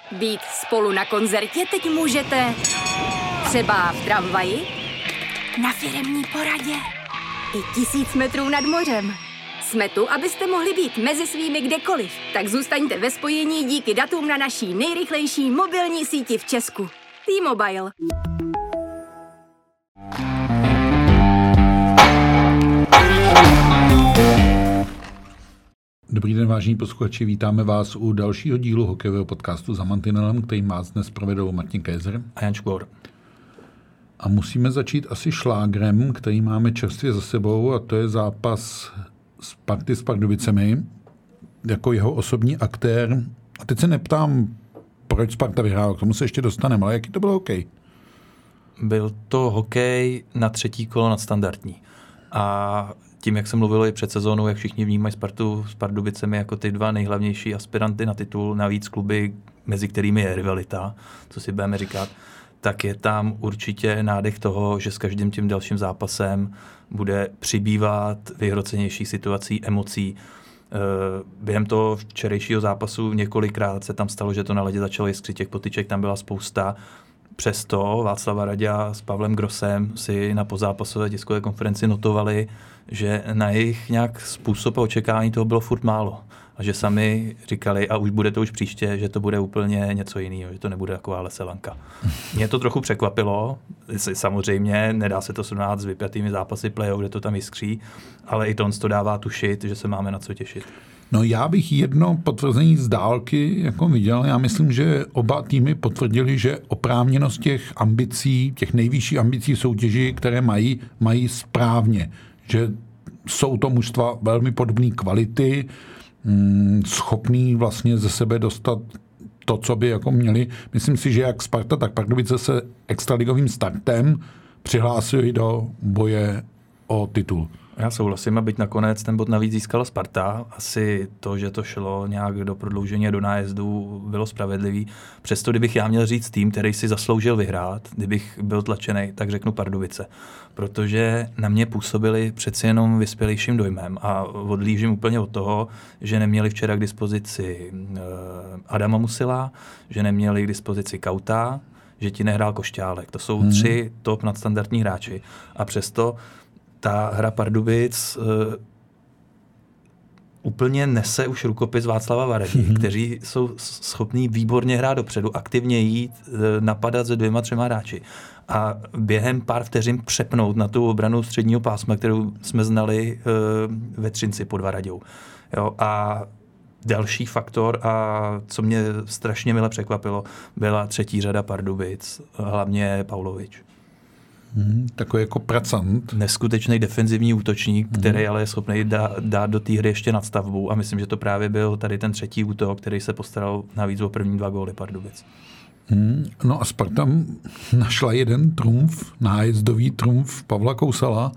Být spolu na koncertě teď můžete třeba v tramvaji, na firemní poradě i 1000 metrů nad mořem. Jsme tu, abyste mohli být mezi svými kdekoliv. Tak zůstaňte ve spojení díky datům na naší nejrychlejší mobilní síti v Česku. T-Mobile. Dobrý den, vážení posluchači, vítáme vás u dalšího dílu hokejového podcastu Za mantinelem, který vás dnes provedou Martin Kézer a Jan Škvor. A musíme začít asi šlágrem, který máme čerstvě za sebou, a to je zápas Sparty s Pardubicemi jako jeho osobní aktér. A teď se neptám, proč Sparta vyhrála, k tomu se ještě dostaneme, ale jaký to byl hokej? Byl to hokej na třetí kolo nadstandardní. A tím, jak jsem mluvil i před sezónou, jak všichni vnímají Spartu s Pardubicemi jako ty dva nejhlavnější aspiranty na titul, navíc kluby, mezi kterými je rivalita, co si budeme říkat, tak je tam určitě nádech toho, že s každým tím dalším zápasem bude přibývat vyhrocenějších situací, emocí. Během toho včerejšího zápasu několikrát se tam stalo, že to na ledě začalo jiskřit, těch potyček tam byla spousta. Přesto Václav Raďa s Pavlem Grossem si na pozápasové tiskové konferenci notovali, že na jejich nějak způsob a očekávání toho bylo furt málo. A že sami říkali, a už bude to už příště, že to bude úplně něco jiného, že to nebude taková leselanka. Mě to trochu překvapilo, samozřejmě nedá se to srovnat s vypjatými zápasy play-off, kde to tam jiskří, ale i to dává tušit, že se máme na co těšit. No já bych jedno potvrzení z dálky jako viděl. Já myslím, že oba týmy potvrdili, že oprávněnost těch ambicí, těch nejvyšších ambicí v soutěži, které mají správně. Že jsou to mužstva velmi podobné kvality, schopný vlastně ze sebe dostat to, co by jako měli. Myslím si, že jak Sparta, tak Pardubice se extraligovým startem přihlásili do boje o titul. Já souhlasím, a byť nakonec ten bod navíc získala Sparta. Asi to, že to šlo nějak do prodloužení, do nájezdu, bylo spravedlivý. Přesto, kdybych já měl říct tým, který si zasloužil vyhrát, kdybych byl tlačený, tak řeknu Pardubice. Protože na mě působili přeci jenom vyspělejším dojmem a odlížím úplně od toho, že neměli včera k dispozici Adama Musila, že neměli k dispozici Kauta, že ti nehrál Košťálek. To jsou 3 top nadstandardní hráči. A přesto ta hra Pardubic úplně nese už rukopis Václava Varedy, kteří jsou schopní výborně hrát dopředu, aktivně jít, napadat se 2-3 hráči. A během pár vteřin přepnout na tu obranu středního pásma, kterou jsme znali ve Třinci pod Varaďou. Jo, a další faktor, a co mě strašně mile překvapilo, byla třetí řada Pardubic, hlavně Paulovič. Takový jako pracant. Neskutečný defenzivní útočník, který ale je schopný dát do té hry ještě nadstavbu, a myslím, že to právě byl tady ten třetí útok, který se postaral navíc o první 2 góly Pardubic. No a Sparta našla jeden trumf, nájezdový trumf Pavla Kousala.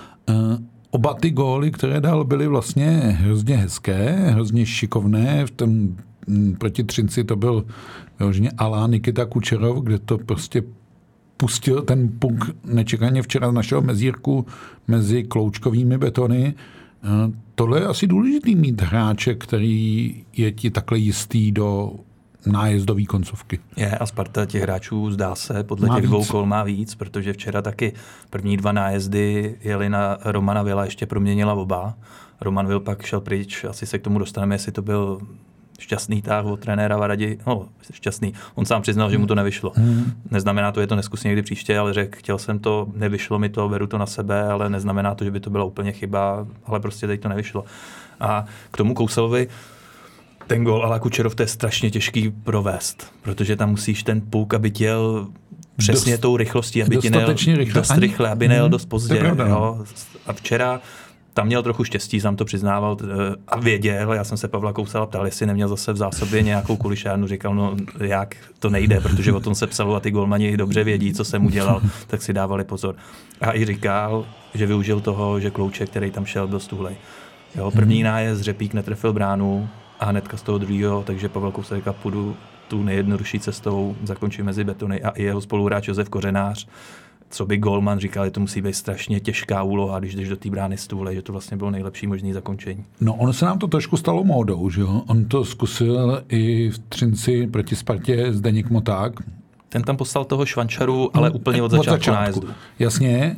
Oba ty góly, které dal, byly vlastně hrozně hezké, hrozně šikovné. V tom proti Třinci to byl vyloženě Alá Nikita Kučerov, kde to prostě pustil ten puk nečekaně včera našeho mezírku mezi kloučkovými betony. Tohle je asi důležitý mít hráče, který je ti takhle jistý do nájezdové koncovky. Je, a Sparta těch hráčů, zdá se, podle těch 2 kol má víc, protože včera taky první 2 nájezdy jeli na Romana Vila, ještě proměnila oba. Roman Vil pak šel pryč, asi se k tomu dostaneme, jestli to byl šťastný tah od trenéra Varadi, no šťastný. On sám přiznal, že mu to nevyšlo. Neznamená to, že to neskusí někdy příště, ale řekl, chtěl jsem to, nevyšlo mi to, beru to na sebe, ale neznamená to, že by to byla úplně chyba, ale prostě teď to nevyšlo. A k tomu Kousalovi ten gól Alá Kučerov, to je strašně těžký provést, protože tam musíš ten puk, aby jel přesně tou rychlostí, aby ti nejel dost rychle, aby nejel dost pozdě. Jo. A včera tam měl trochu štěstí, sám to přiznával a věděl. Já jsem se Pavla Kousala ptal, jestli neměl zase v zásobě nějakou kulišárnu. Říkal, no jak to nejde, protože o tom se psalo a ty golmani dobře vědí, co jsem udělal, tak si dávali pozor. A i říkal, že využil toho, že Klouček, který tam šel, byl stuhlej. Jo, první nájezd, Řepík netrefil bránu a hnedka z toho druhého, takže Pavel Kousal říkal, půjdu tu nejjednodušší cestou, zakončí mezi betony, a i jeho spoluhráč Josef Kořenář co by golman říkal, že to musí být strašně těžká úloha, když jdeš do té brány z tůle, že to vlastně bylo nejlepší možný zakončení. No, ono se nám to trošku stalo módou, že jo? On to zkusil i v Třinci proti Spartě Zdeněk Moták. Ten tam poslal toho Švančaru, ale úplně od začátku nájezdu. Jasně.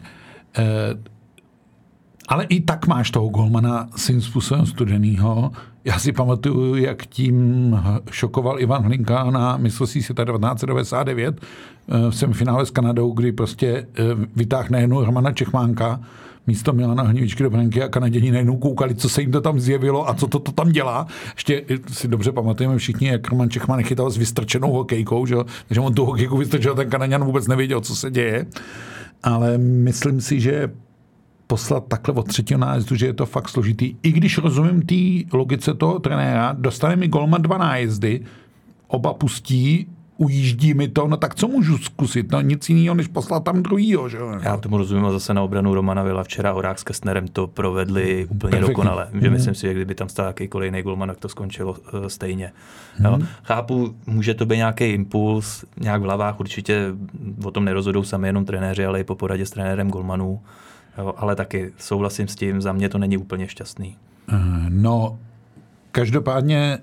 Ale i tak máš toho golmana svým způsobem studenýho. Já si pamatuju, jak tím šokoval Ivan Hlinka na mistrovství světa 1999 v semifinále s Kanadou, kdy prostě vytáhl najednou Romana Čechmánka místo Milana Hnivičky do branky a Kanaděni najednou koukali, co se jim to tam zjevilo a co to tam dělá. Ještě si dobře pamatujeme všichni, jak Roman Čechmán chytal s vystrčenou hokejkou, že on tu hokejku vystrčil, ten Kanaďan vůbec nevěděl, co se děje. Ale myslím si, že poslat takhle od třetího nájezdu, že je to fakt složitý. I když rozumím té logice toho trenéra, dostane mi golman 2 nájezdy, oba pustí, ujíždí mi to, no tak co můžu zkusit? No nic jiného, než poslat tam druhýho, že jo? Já tomu rozumím, a zase na obranu Romana Vila včera Horák s Kestnerem to provedli úplně dokonale. Že myslím si, že kdyby tam stál jakýkoliv jiný golman, tak to skončilo stejně. Jo? Chápu, může to být nějaký impuls, nějak v hlavách, určitě o tom nerozhodou sami jenom trenéři, ale i po poradě s trenérem golmanů. Jo, ale taky souhlasím s tím, za mě to není úplně šťastný. No, každopádně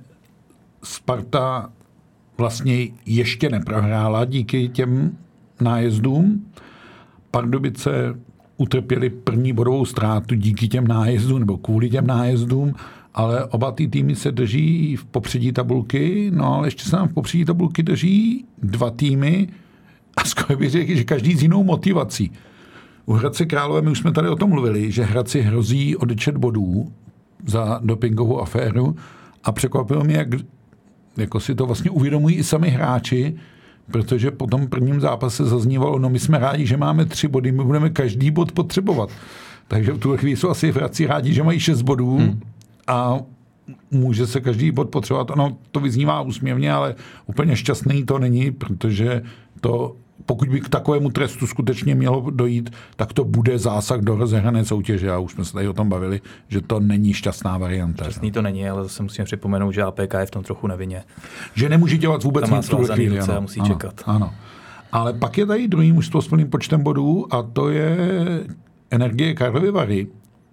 Sparta vlastně ještě neprohrála díky těm nájezdům. Pardubice utrpěli první bodovou ztrátu díky těm nájezdům nebo kvůli těm nájezdům, ale oba ty týmy se drží v popředí tabulky, no ale ještě se nám v popředí tabulky drží 2 týmy a skoro bych řekl, že každý s jinou motivací. U Hradce Králové, my už jsme tady o tom mluvili, že Hradci hrozí odečet bodů za dopingovou aféru a překvapilo mě, jak jako si to vlastně uvědomují i sami hráči, protože po tom prvním zápase zaznívalo, no my jsme rádi, že máme 3 body, my budeme každý bod potřebovat. Takže v tuhle chvíli jsou asi Hradci rádi, že mají 6 bodů a může se každý bod potřebovat. Ono to vyznívá úsměvně, ale úplně šťastný to není, protože to pokud by k takovému trestu skutečně mělo dojít, tak to bude zásah do rozehrané soutěže. A už jsme se tady o tom bavili, že to není šťastná varianta. Šťastný to není, ale zase musíme připomenout, že APK je v tom trochu nevinně. Že nemůže dělat vůbec nic v tuhle chvíli. A musí čekat. Ano. Ale pak je tady druhý mužstvo s plným počtem bodů a to je Energie Karlovy Vary.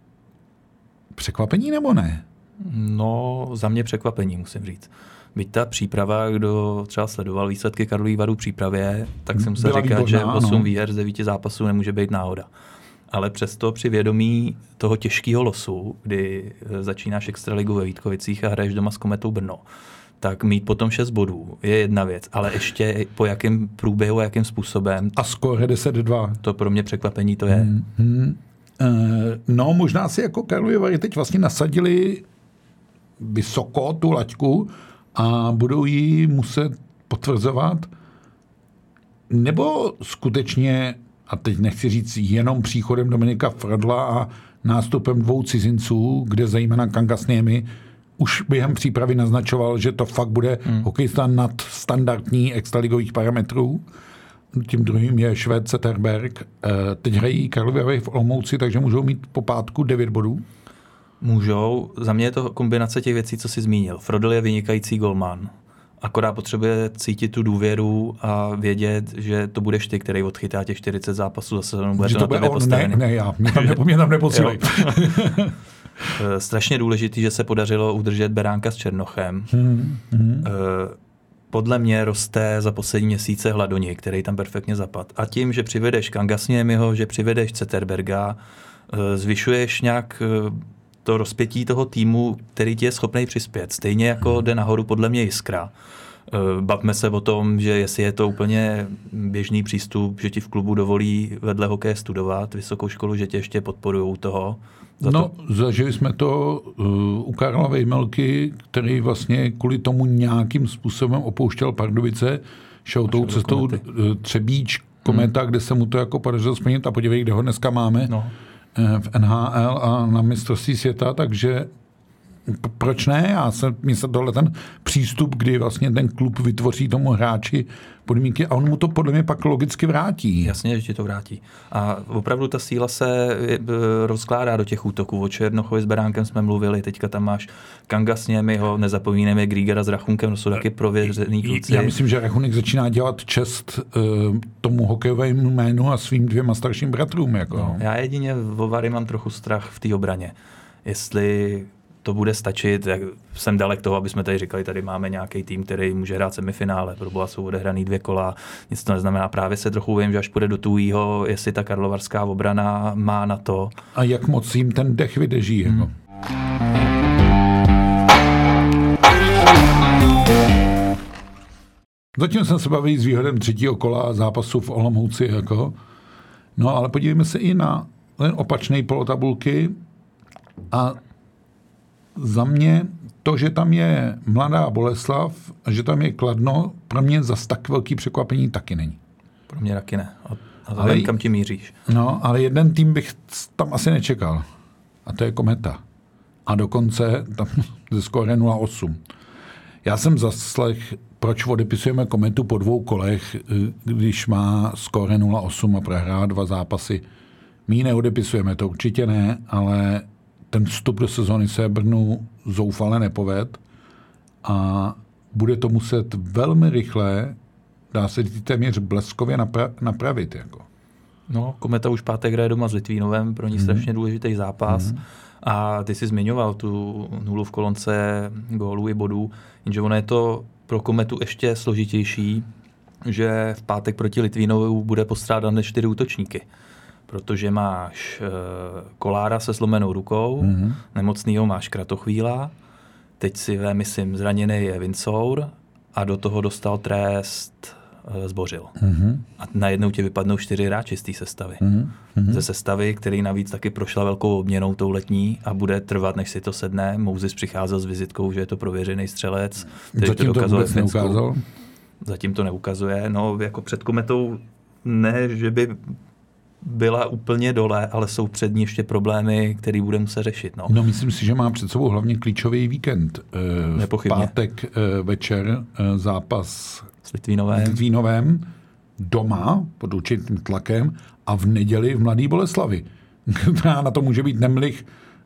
Překvapení nebo ne? No, za mě překvapení, musím říct. Byť ta příprava, kdo třeba sledoval výsledky Karlových Varů v přípravě, tak jsem se říkal, že 8 výher z 9 zápasů nemůže být náhoda. Ale přesto při vědomí toho těžkého losu, kdy začínáš extraligu ve Vítkovicích a hraješ doma s Kometou Brno, tak mít potom 6 bodů je jedna věc, ale ještě po jakém průběhu a jakým způsobem. A skóre 10-2. To pro mě překvapení to je. No, možná si jako Karlovy Vary teď vlastně nasadili vysoko tu laťku a budou ji muset potvrzovat. Nebo skutečně, a teď nechci říct jenom příchodem Dominika Fradla a nástupem 2 cizinců, kde zejména Kangasniemi už během přípravy naznačoval, že to fakt bude hokejista nad standardní extraligových parametrů. Tím druhým je Švéd Zetterberg. Teď hrají Karlovy Vary v Olomouci, takže můžou mít po pátku 9 bodů. Můžou. Za mě je to kombinace těch věcí, co jsi zmínil. Frodl je vynikající golman. Akorát potřebuje cítit tu důvěru a vědět, že to budeš ty, který odchytá těch 40 zápasů za sezónu. Bude to na tebe postavený. Ne, já. Mě tam neposílej. Strašně důležitý, že se podařilo udržet Beránka s Černochem. Podle mě roste za poslední měsíce Hladoni, který tam perfektně zapadl. A tím, že přivedeš Kangasniemiho, že přivedeš Zetterberga, zvyšuješ nějak to rozpětí toho týmu, který ti je schopný přispět. Stejně jako jde nahoru podle mě Jiskra. Bavme se o tom, že jestli je to úplně běžný přístup, že ti v klubu dovolí vedle hokeje studovat vysokou školu, že tě ještě podporujou toho. Zažili jsme to u Karla Vejmelky, který vlastně kvůli tomu nějakým způsobem opouštěl Pardubice, šel tou cestou Třebíč, Kometa, kde se mu to jako podařilo splnit a podívej, kde ho dneska máme v NHL a na mistrovství světa, takže proč ne? Mně se tohle ten přístup, kdy vlastně ten klub vytvoří tomu hráči podmínky a on mu to podle mě pak logicky vrátí. Jasně, že ti to vrátí. A opravdu ta síla se rozkládá do těch útoků. O Černochovi s Beránkem jsme mluvili, teďka tam máš Kanga s němiho, nezapomínejme Griegera s Rachunkem, to jsou taky prověřený kluci. Já myslím, že Rachunek začíná dělat čest tomu hokejovému jménu a svým 2 starším bratrům. Jako. No, já jedině o Vary mám trochu strach v té obraně. Jestli to bude stačit, jak jsem dalek toho, aby jsme tady říkali, tady máme nějaký tým, který může hrát semifinále, proboha jsou odehraný 2 kola, nic to neznamená. Právě se trochu vím, že až půjde do tujího, jestli ta karlovarská obrana má na to. A jak moc jim ten dech vydrží. Jako. Zatím jsem se bavil s výhledem 3. kola zápasu v Olomouci. Jako. No ale podívejme se i na ten opačný polotabulky a za mě to, že tam je Mladá Boleslav a že tam je Kladno, pro mě zas tak velký překvapení taky není. Pro mě taky ne. A vím, kam ti míříš. No, ale jeden tým bych tam asi nečekal. A to je Kometa. A dokonce tam ze skóre 0-8. Já jsem zaslech, proč odepisujeme Kometu po 2 kolech, když má skóre 0-8 a prohrá 2 zápasy. My ji neodepisujeme, to určitě ne, ale ten vstup do sezóny se Brnu zoufale nepoved a bude to muset velmi rychle, dá se říct téměř bleskově napravit. Jako. No, Kometa už pátek hraje doma s Litvínovem, pro ní strašně důležitý zápas. A ty jsi zmiňoval tu 0 v kolonce gólů i bodů, jenže ono je to pro Kometu ještě složitější, že v pátek proti Litvínovu bude postrádat než 4 útočníky. Protože máš Kolára se zlomenou rukou, nemocnýho máš Kratochvíla, teď si myslím zraněný je Vincour a do toho dostal trest Zbořil. A najednou ti vypadnou 4 hráči z té sestavy. Ze sestavy, který navíc taky prošla velkou obměnou tou letní a bude trvat, než si to sedne. Mouzis přicházel s vizitkou, že je to prověřený střelec. Zatím to vůbec neukázal? Zatím to neukazuje. No, jako před Kometou ne, že by byla úplně dole, ale jsou před ní ještě problémy, které bude muset řešit. No, myslím si, že má před sebou hlavně klíčový víkend. Nepochybně. V pátek večer zápas s Litvínovem doma pod určitým tlakem a v neděli v Mladé Boleslavi. Na to může být Nemlich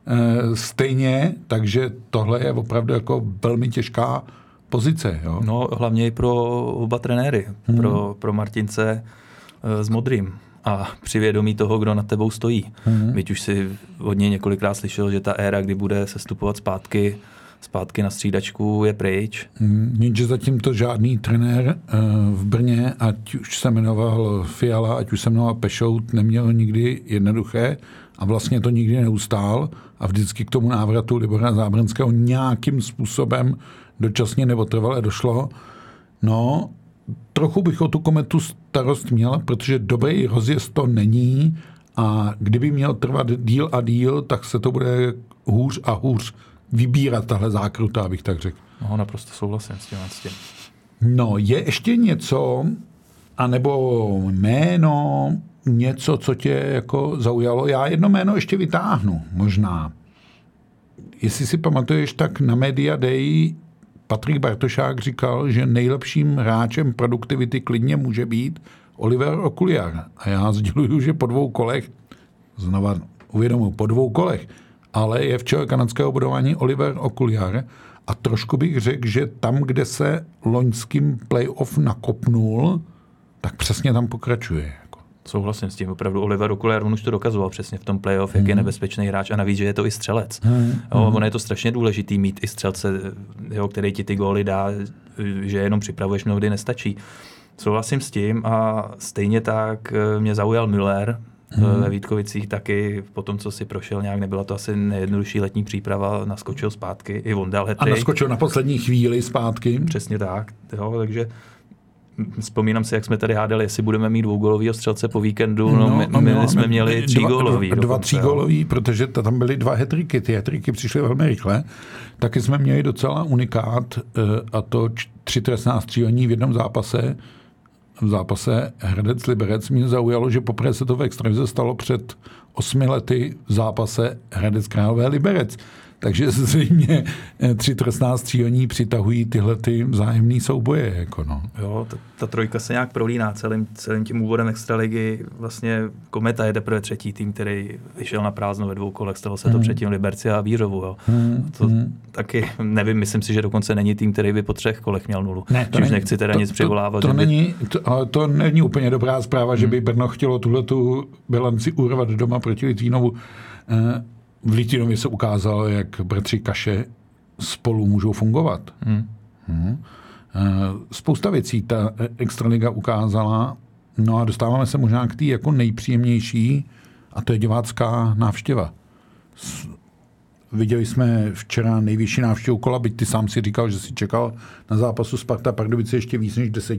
stejně, takže tohle je opravdu jako velmi těžká pozice. Jo? No, hlavně i pro oba trenéry. Pro Martince s Modrým. A při vědomí toho, kdo nad tebou stojí. Byť už si od něj několikrát slyšel, že ta éra, kdy bude sestupovat zpátky na střídačku, je pryč. Jenže zatím to žádný trenér v Brně, ať už se jmenoval Fiala, ať už se jmenoval Pešout, neměl nikdy jednoduché a vlastně to nikdy neustál a vždycky k tomu návratu Libora Zábranského nějakým způsobem dočasně nebo trvale došlo. No, trochu bych o tu Kometu starost měl, protože dobrý rozjezd to není a kdyby měl trvat díl a díl, tak se to bude hůř a hůř vybírat tahle zákruta, abych tak řekl. No, naprosto souhlasím s tím. No, je ještě něco, anebo jméno, něco, co tě jako zaujalo? Já jedno jméno ještě vytáhnu, možná. Jestli si pamatuješ, tak na Media Day Patrik Bartošák říkal, že nejlepším hráčem produktivity klidně může být Oliver Okuliar. A já sděluju, že po 2 kolech, znova uvědomuji, po 2 kolech, ale je v čele kanadského budování Oliver Okuliar a trošku bych řekl, že tam, kde se loňským playoff nakopnul, tak přesně tam pokračuje. Souhlasím s tím, opravdu Oliver Okuliar, on už to dokazoval přesně v tom playoff, jak je nebezpečný hráč a navíc, že je to i střelec. Ono je to strašně důležitý mít i střelce, který ti ty góly dá, že jenom připravuješ, mnohdy nestačí. Souhlasím s tím a stejně tak mě zaujal Müller ve Vítkovicích taky, po tom, co si prošel nějak, nebyla to asi nejjednodušší letní příprava, naskočil zpátky, i on dal hat-trick. A naskočil na poslední chvíli zpátky. Přesně tak, takže vzpomínám si, jak jsme tady hádali, jestli budeme mít 2gólovýho střelce po víkendu. My jsme měli 3gólový. 2 3gólový, protože tam byly 2 hat-tricky. Ty hat-tricky přišly velmi rychle. Taky jsme měli docela unikát, a to 3 trestná střílení v jednom zápase. V zápase Hradec Liberec mě zaujalo, že poprvé se to v extralize stalo před 8 lety v zápase Hradec Králové Liberec. Takže zřejmě 3 trestná střílení přitahují tyhle ty vzájemné souboje. Jako no. Jo, ta trojka se nějak prolíná celým tím úvodem extraligy. Vlastně Kometa je teprve 3. tým, který vyšel na prázdno ve 2 kolech. Stalo se to předtím Liberci a Vířovu. Jo. To taky nevím, myslím si, že dokonce není tým, který by po 3 kolech měl 0. Ne, už nechci teda nic přivolávat. To není úplně dobrá zpráva, že by Brno chtělo tuhletu bilanci urvat doma proti Litvínovu. V Litvínově se ukázalo, jak bratři Kaše spolu můžou fungovat. Spousta věcí ta extraliga ukázala, no a dostáváme se možná k té jako nejpříjemnější, a to je divácká návštěva. Viděli jsme včera nejvyšší návštěvu kola, byť ty sám si říkal, že si čekal na zápasu Sparta Pardubice ještě víc než 10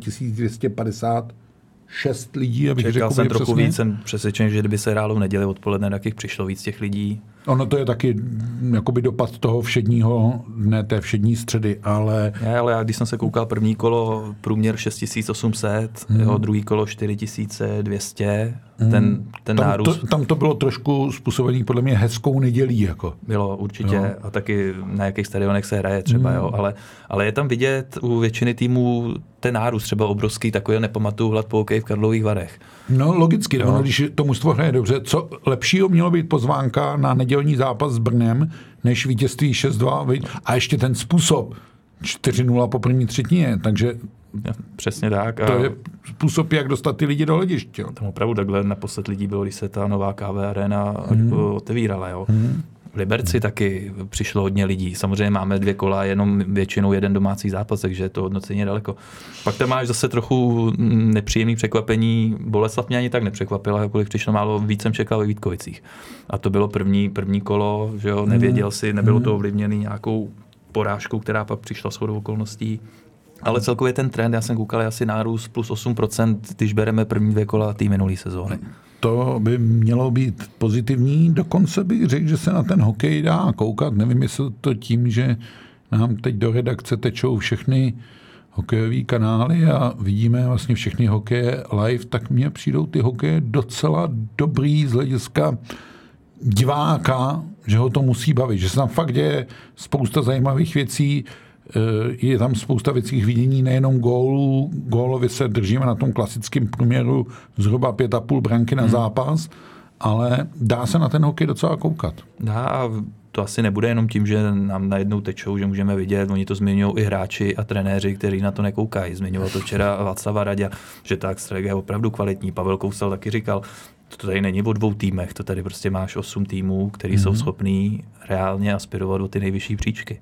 256 lidí. Čekal jsem trochu víc, jsem přesvědčen, že kdyby se hrálo v neděli odpoledne, tak jich přišlo víc těch lidí. Ono to je taky jakoby dopad toho všedního dne, té všední středy, ale... Ale já když jsem se koukal první kolo, průměr 6800, druhý kolo 4200, ten nárůst... Tam to bylo trošku způsobený podle mě hezkou nedělí. Jako. Bylo určitě, jo. A taky na jakých stadionech se hraje třeba, jo. Ale je tam vidět u většiny týmů ten nárůst třeba obrovský, takový nepamatuju hlad po hokej v Karlových Varech. No logicky, když to mužstvo hraje dobře, co lepšího mělo být pozvánka na nedělní zápas s Brnem, než vítězství 6-2 a ještě ten způsob 4-0 po první třetině, takže přesně tak. To je způsob, jak dostat ty lidi do hlediště. Tam opravdu takhle naposled lidí bylo, když se ta nová KV Arena otevírala. Jo. V Liberci taky přišlo hodně lidí. Samozřejmě máme 2 kola, jenom většinou 1 domácí zápas, takže je to hodnocení daleko. Pak tam máš zase trochu nepříjemný překvapení. Boleslav mě ani tak nepřekvapila, kolik přišlo málo, víc jsem čekal ve Vítkovicích. A to bylo první kolo, že jo, nevěděl si, nebylo to ovlivněný nějakou porážkou, která pak přišla shodou okolností. Ale celkově ten trend, já jsem koukal, je asi nárůst plus 8%, když bereme první 2 kola té minulé sezóny. To by mělo být pozitivní, dokonce bych řekl, že se na ten hokej dá koukat. Nevím, jestli to tím, že nám teď do redakce tečou všechny hokejové kanály a vidíme vlastně všechny hokeje live, tak mně přijdou ty hokeje docela dobrý z hlediska diváka, že ho to musí bavit, že se tam fakt děje spousta zajímavých věcí, je tam spousta věcí k vidění, nejenom gólů. Gólově se držíme na tom klasickém průměru zhruba 5,5 branky na zápas, ale dá se na ten hokej docela koukat. Dá, a to asi nebude jenom tím, že nám najednou tečou, že můžeme vidět, oni to zmiňují i hráči a trenéři, kteří na to nekoukají. Zmiňoval to včera Václava Raďa, že ta extraliga je opravdu kvalitní. Pavel Kousal taky říkal, to tady není o 2 týmech, to tady prostě máš 8 týmů, který jsou schopní reálně aspirovat do ty nejvyšší příčky.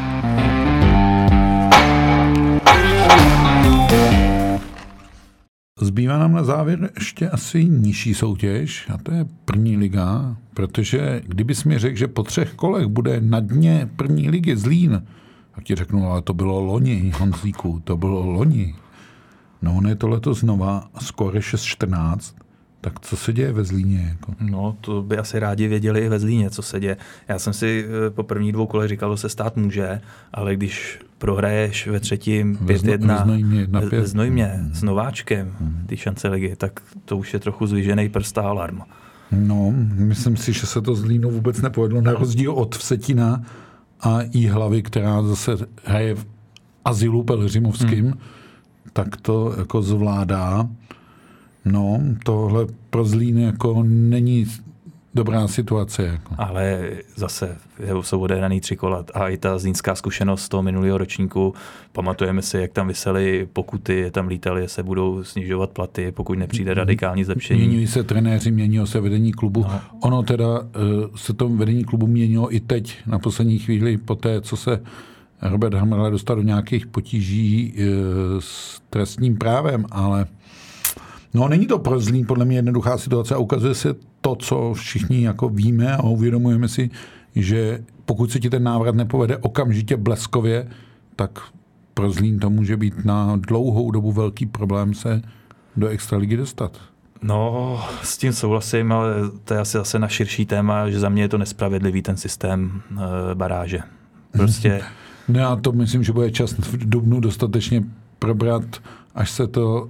Zbývá nám na závěr ještě asi nižší soutěž, a to je první liga, protože kdybys mi řekl, že po 3 kolech bude na dně první ligy Zlín, tak ti řeknu, ale to bylo loni, Honzíku, to bylo loni. No, on je to letos znova, skóre 6-14, tak co se děje ve Zlíně? Jako? No, to by asi rádi věděli i ve Zlíně, co se děje. Já jsem si po první 2 kolech říkal, že se stát může, ale když prohraješ ve 3. 5-1 ve Znojmě s Nováčkem ty šance ligy, tak to už je trochu zvížený prst a alarm. No, myslím si, že se to Zlínu vůbec nepovedlo, na rozdíl od Vsetina a Jihlavy, která zase hraje v azylu pelhřimovským, tak to jako zvládá. No, tohle pro Zlín jako není dobrá situace. Jako. Ale zase jsou odehraný 3 kola a i ta zlínská zkušenost z toho minulého ročníku, pamatujeme si, jak tam visely pokuty, tam lítali, že se budou snižovat platy, pokud nepřijde radikální zlepšení. Mění se trenéři, měnilo se vedení klubu. No. Ono teda se to vedení klubu měnilo i teď, na poslední chvíli, po té, co se Robert Hamrle dostal do nějakých potíží s trestním právem, ale no, není to pro Zlín podle mě jednoduchá situace a ukazuje se to, co všichni jako víme a uvědomujeme si, že pokud se ti ten návrat nepovede okamžitě bleskově, tak pro Zlín to může být na dlouhou dobu velký problém se do extraligy dostat. No, s tím souhlasím, ale to je asi zase na širší téma, že za mě je to nespravedlivý ten systém baráže. Prostě... No, já to myslím, že bude čas v dubnu dostatečně probrat, až se to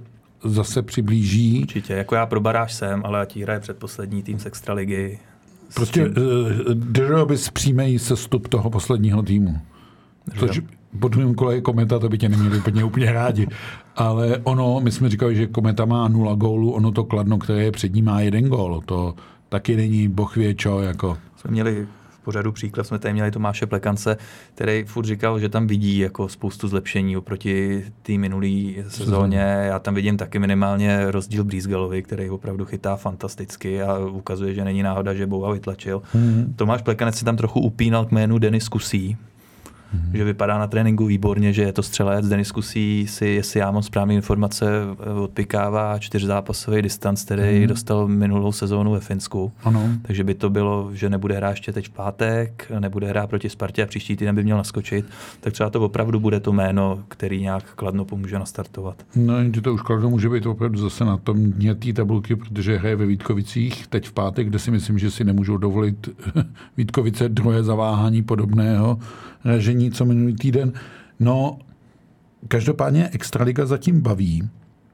zase přiblíží. Určitě, jako já pro baráž jsem, ale ať hraje předposlední tým z extraligy. Prostě držel bys přímý sestup toho posledního týmu. Což po druhém kole je Kometa, to by tě neměli úplně rádi. Ale my jsme říkali, že Kometa má 0 gólů, ono to Kladno, které je před ním, má 1 gól. To taky není boh ví čo, jako. Jsme měli v pořadu příklad, jsme tady měli Tomáše Plekance, který furt říkal, že tam vidí jako spoustu zlepšení oproti té minulý sezóně. Já tam vidím taky minimálně rozdíl Brýsgalovi, který opravdu chytá fantasticky a ukazuje, že není náhoda, že Bouha vytlačil. Tomáš Plekanec se tam trochu upínal k jménu Denis Kusí, že vypadá na tréninku výborně, že je to střelec. Denis Kusí si, jestli já mám správné informace, odpikává 4zápasový distanc, který dostal minulou sezónu ve Finsku. Ano. Takže by to bylo, že nebude hrát ještě teď v pátek, nebude hrát proti Spartě a příští týden by měl naskočit. Tak třeba to opravdu bude to jméno, který nějak Kladno pomůže nastartovat. No, jenže to už Kladno může být opravdu zase na tom dně té tabulky, protože hraje ve Vítkovicích teď v pátek, kde si myslím, že si nemůžou dovolit Vítkovice druhé zaváhání podobného ražení, co minulý týden. No, každopádně Extraliga zatím baví.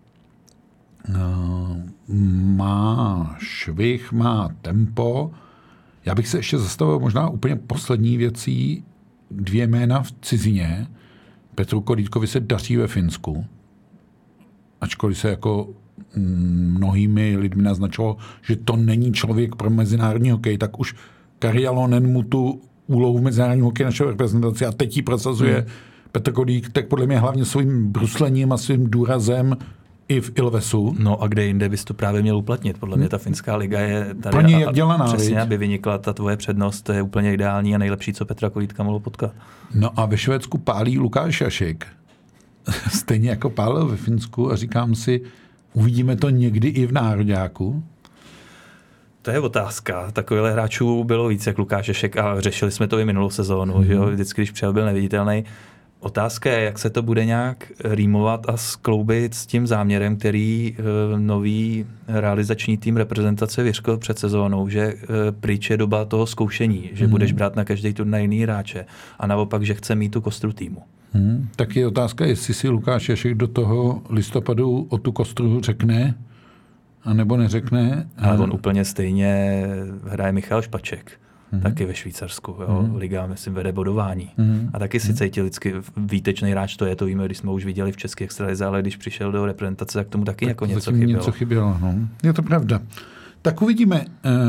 Má švih, má tempo. Já bych se ještě zastavil možná úplně poslední věcí, 2 jména v cizině. Petru Korítkovi se daří ve Finsku. Ačkoliv se jako mnohými lidmi naznačilo, že to není člověk pro mezinárodní hokej, tak už Kari Jalonen mu tu úlohu v mezinárodní hokej naší reprezentaci a teď ji prosazuje Petr Kodík, tak podle mě hlavně svým bruslením a svým důrazem i v Ilvesu. No a kde jinde bys to právě měl uplatnit? Podle mě ta finská liga je tady pro ní jak dělaná, přesně, aby vynikla ta tvoje přednost, to je úplně ideální a nejlepší, co Petra Kodíka mohlo potkat. No a ve Švédsku pálí Lukáš Jašek. Stejně jako pálil ve Finsku a říkám si, uvidíme to někdy i v nároďáku. To je otázka. Takovýchhle hráčů bylo víc jak Lukáš Jašek a řešili jsme to i minulou sezónu. Že jo? Vždycky, když přijel, byl neviditelný. Otázka je, jak se to bude nějak rýmovat a skloubit s tím záměrem, který nový realizační tým reprezentace vyřkl před sezónou, že pryč je doba toho zkoušení, že budeš brát na každý turnaj jiný hráče a naopak, že chce mít tu kostru týmu. Tak je otázka, jestli si Lukáš Jašek do toho listopadu o tu kostru řekne, a nebo neřekne. Ale on úplně stejně hraje Michal Špaček. Taky ve Švýcarsku. Jo? Liga, myslím, vede bodování. A taky si cítil vždycky výtečný hráč, to víme, když jsme už viděli v české extralize, ale když přišel do reprezentace, tak tomu taky jako něco chybělo. No. Je to pravda. Tak uvidíme.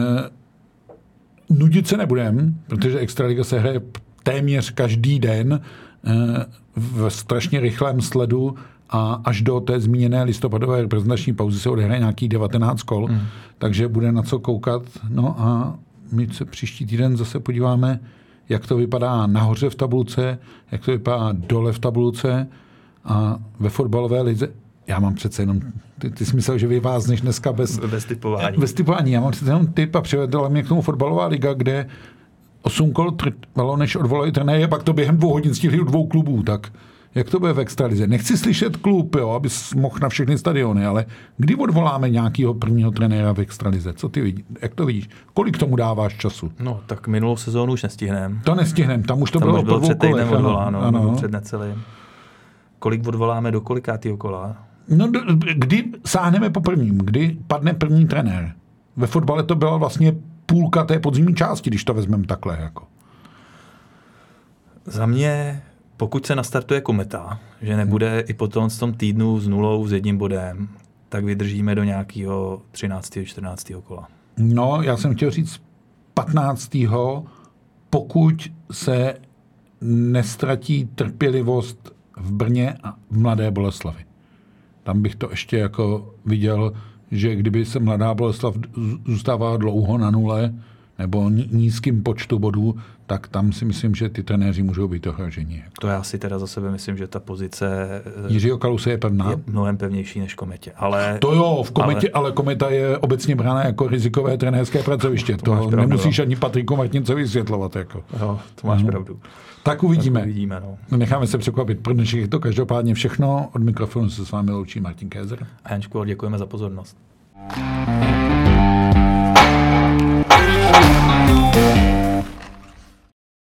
Nudit se nebudem, protože extraliga se hraje téměř každý den v strašně rychlém sledu a až do té zmíněné listopadové reprezentační pauzy se odehraje nějakých 19 kol, takže bude na co koukat. No a my se příští týden zase podíváme, jak to vypadá nahoře v tabulce, jak to vypadá dole v tabulce a ve fotbalové lize. Já mám přece jenom, ty jsi myslel, že vyvázneš dneska bez typování. Bez typování. Já mám přece jenom typ a přivedla mě k tomu fotbalová liga, kde 8 kol trvalo, než odvolají trenéry, pak to během 2 hodin stihli u 2 klubů, tak jak to bude v extralize? Nechci slyšet klub, jo, abys mohl na všechny stadiony, ale kdy odvoláme nějakého prvního trenéra v extralize? Co ty vidíš? Jak to vidíš? Kolik tomu dáváš času? No, tak minulou sezónu už nestihnem. To nestihnem, tam už to bylo po 2 kolech. Ano. Před necelým. Kolik odvoláme do kolikátýho kola? No, kdy sáhneme po prvním? Kdy padne první trenér? Ve fotbale to byla vlastně půlka té podzimní části, když to vezmeme takhle. Jako. Za mě, pokud se nastartuje kometa, že nebude i po tom týdnu s 0 s 1 bodem, tak vydržíme do nějakého 13. 14. kola. No, já jsem chtěl říct 15. pokud se nestratí trpělivost v Brně a v Mladé Boleslavi. Tam bych to ještě jako viděl, že kdyby se Mladá Boleslav zůstávala dlouho na 0 nebo nízkým počtu bodů, tak tam si myslím, že ty trenéři můžou být ohroženi. To já si teda za sebe myslím, že ta pozice Jiřího Kaluse je pevná. Je mnohem pevnější než Kometě. Ale, to jo, v Kometě, ale Kometa je obecně brána jako rizikové trenérské pracoviště. To nemusíš ani Patriku Martincovi vysvětlovat. Jako. Jo, to máš pravdu. Tak uvidíme. Tak uvidíme, no. Necháme se překvapit. Pro dnešek je to každopádně všechno. Od mikrofonu se s vámi loučí Martin Kézer. A Jančku, děkujeme za pozornost.